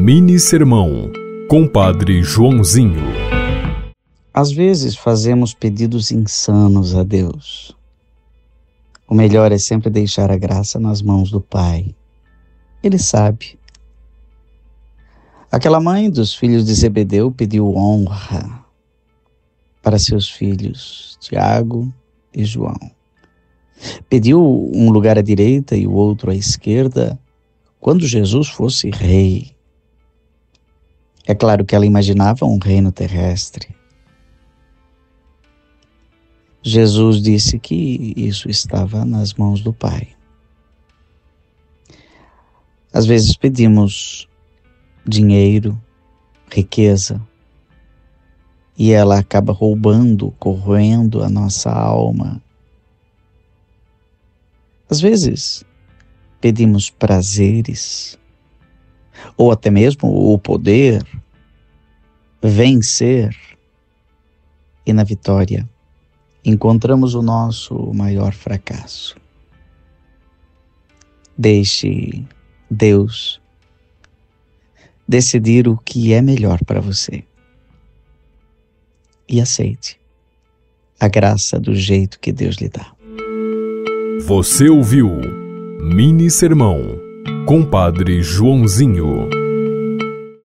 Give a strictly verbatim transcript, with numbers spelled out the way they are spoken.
Mini Sermão, Compadre Joãozinho. Às vezes fazemos pedidos insanos a Deus. O melhor é sempre deixar a graça nas mãos do Pai. Ele sabe. Aquela mãe dos filhos de Zebedeu pediu honra para seus filhos, Tiago e João. Pediu um lugar à direita e o outro à esquerda, quando Jesus fosse rei. É claro que ela imaginava um reino terrestre. Jesus disse que isso estava nas mãos do Pai. Às vezes pedimos dinheiro, riqueza, e ela acaba roubando, corroendo a nossa alma. Às vezes pedimos prazeres, ou até mesmo o poder, vencer, e na vitória encontramos o nosso maior fracasso. Deixe Deus decidir o que é melhor para você. E aceite a graça do jeito que Deus lhe dá. Você ouviu Mini Sermão, Compadre Joãozinho.